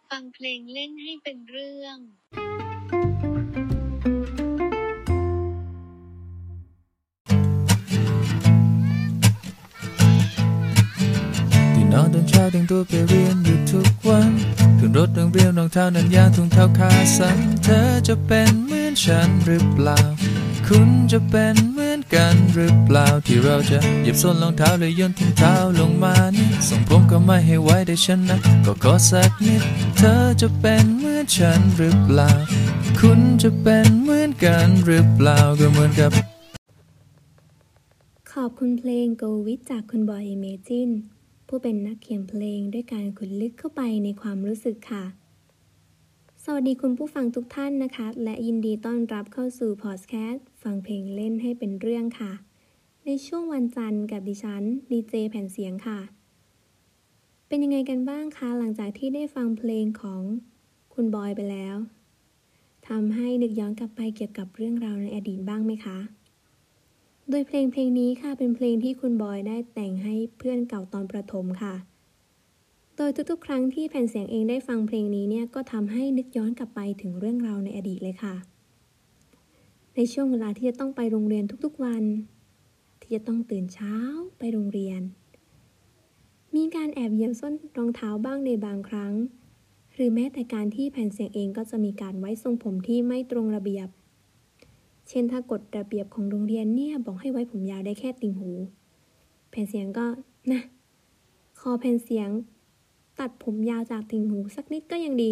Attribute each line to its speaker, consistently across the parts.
Speaker 1: ฟังเพลงเล่นให้เป็นเรื่อง
Speaker 2: ตื่นนอนตอนเช้าแต่งตัวไปเรียนอยู่ทุกวันขึ้นรถต้องเรียวรองเท้านันยางถุงเท้าขาสั้นเธอจะเป็นเหมือนฉันหรือเปล่าคุณจะเป็นเหมือนกันหรือเปล่าที่เราจะเหยียบส้นรองเท้าเลยย่นถุงเท้าลงมานี่ส่งผมก็ไม่ให้ไว้ได้ฉันนะก็ขอสักนิดเธอจะเป็นเหมือนฉันหรือเปล่าคุณจะเป็นเหมือนกันหรือเปล่าก็เหมือนกับ
Speaker 3: ขอบคุณเพลง Go With จากคุณบอย Imagine ผู้เป็นนักเขียนเพลงด้วยการขุดลึกเข้าไปในความรู้สึกค่ะสวัสดีคุณผู้ฟังทุกท่านนะคะและยินดีต้อนรับเข้าสู่พอดแคสต์ฟังเพลงเล่นให้เป็นเรื่องค่ะในช่วงวันจันทร์กับดิฉันดีเจแผ่นเสียงค่ะเป็นยังไงกันบ้างคะหลังจากที่ได้ฟังเพลงของคุณบอยไปแล้วทำให้นึกย้อนกลับไปเกี่ยวกับเรื่องราวในอดีตบ้างไหมคะโดยเพลงนี้ค่ะเป็นเพลงที่คุณบอยได้แต่งให้เพื่อนเก่าตอนประถมค่ะโดยทุกๆครั้งที่แผ่นเสียงเองได้ฟังเพลงนี้เนี่ยก็ทำให้นึกย้อนกลับไปถึงเรื่องราวในอดีตเลยค่ะในช่วงเวลาที่จะต้องไปโรงเรียนทุกๆวันที่จะต้องตื่นเช้าไปโรงเรียนมีการแอบเหยียบส้นรองเท้าบ้างในบางครั้งหรือแม้แต่การที่แผ่นเสียงเองก็จะมีการไว้ทรงผมที่ไม่ตรงระเบียบเช่นถ้ากฎระเบียบของโรงเรียนเนี่ยบอกให้ไว้ผมยาวได้แค่ติ่งหูแผ่นเสียงก็นะคอแผ่นเสียงตัดผมยาวจากติ่งหูสักนิดก็ยังดี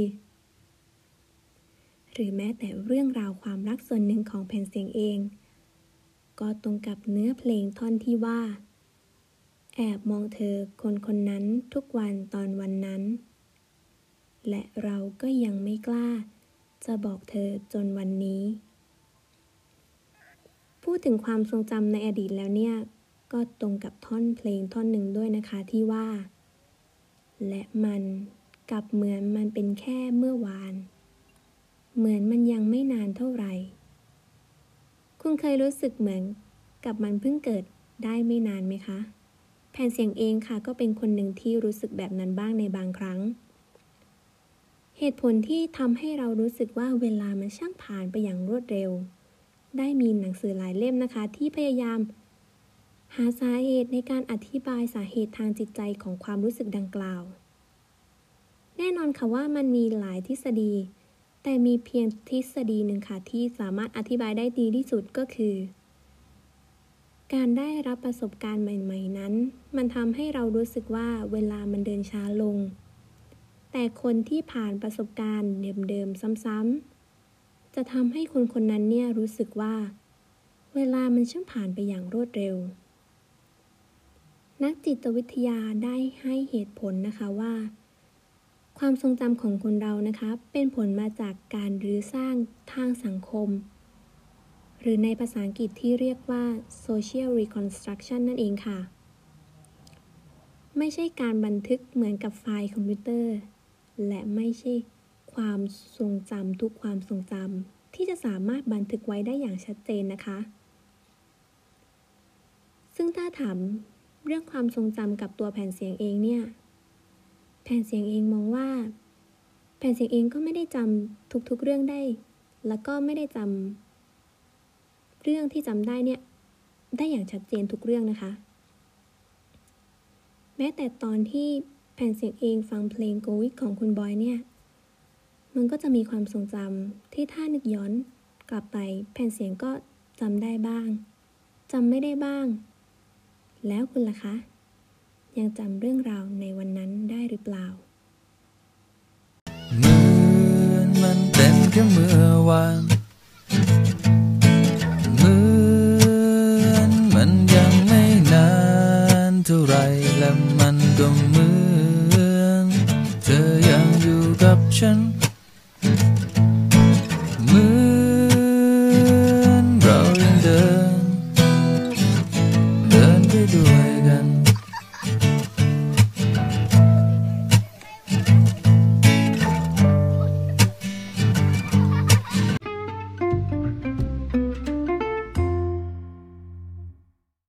Speaker 3: หรือแม้แต่เรื่องราวความรักส่วนหนึ่งของแผ่นเสียงเองก็ตรงกับเนื้อเพลงท่อนที่ว่าแอบมองเธอคนนั้นทุกวันตอนวันนั้นและเราก็ยังไม่กล้าจะบอกเธอจนวันนี้พูดถึงความทรงจำในอดีตแล้วเนี่ยก็ตรงกับท่อนเพลงท่อนหนึ่งด้วยนะคะที่ว่าและมันกลับเหมือนมันเป็นแค่เมื่อวานเหมือนมันยังไม่นานเท่าไหร่คุณเคยรู้สึกเหมือนกับมันเพิ่งเกิดได้ไม่นานไหมคะแผ่นเสียงเองค่ะก็เป็นคนหนึ่งที่รู้สึกแบบนั้นบ้างในบางครั้งเหตุผลที่ทำให้เรารู้สึกว่าเวลามันช่างผ่านไปอย่างรวดเร็วได้มีหนังสือหลายเล่มนะคะที่พยายามหาสาเหตุในการอธิบายสาเหตุทางจิตใจของความรู้สึกดังกล่าวแน่นอนค่ะว่ามันมีหลายทฤษฎีแต่มีเพียงทฤษฎีหนึ่งค่ะที่สามารถอธิบายได้ดีที่สุดก็คือการได้รับประสบการณ์ใหม่ๆนั้นมันทำให้เรารู้สึกว่าเวลามันเดินช้าลงแต่คนที่ผ่านประสบการณ์เดิมๆซ้ำๆจะทำให้คนนั้นเนี่ยรู้สึกว่าเวลามันช่างผ่านไปอย่างรวดเร็วนักจิตวิทยาได้ให้เหตุผลนะคะว่าความทรงจำของคนเรานะคะเป็นผลมาจากการรื้อสร้างทางสังคมหรือในภาษาอังกฤษที่เรียกว่า social reconstruction นั่นเองค่ะไม่ใช่การบันทึกเหมือนกับไฟล์คอมพิวเตอร์และไม่ใช่ความทรงจำทุกความทรงจำที่จะสามารถบันทึกไว้ได้อย่างชัดเจนนะคะซึ่งถ้าถามเรื่องความทรงจำกับตัวแผ่นเสียงเองเนี่ยแผ่นเสียงเองมองว่าแผ่นเสียงเองก็ไม่ได้จำทุกๆเรื่องได้แล้วก็ไม่ได้จำเรื่องที่จำได้เนี่ยได้อย่างชัดเจนทุกเรื่องนะคะแม้แต่ตอนที่แผ่นเสียงเองฟังเพลง Go With ของคุณบอยเนี่ยมันก็จะมีความทรงจำที่ถ้านึกย้อนกลับไปแผ่นเสียงก็จำได้บ้างจำไม่ได้บ้างแล้วคุณล่ะคะยังจำเรื่องราวในวันนั้นได้หรือเปล่า
Speaker 2: เหมือนมันเป็นแค่เมื่อวานเหมือนมันยังไม่นานเท่าไรและมันก็เหมือนเธอยังอยู่กับฉัน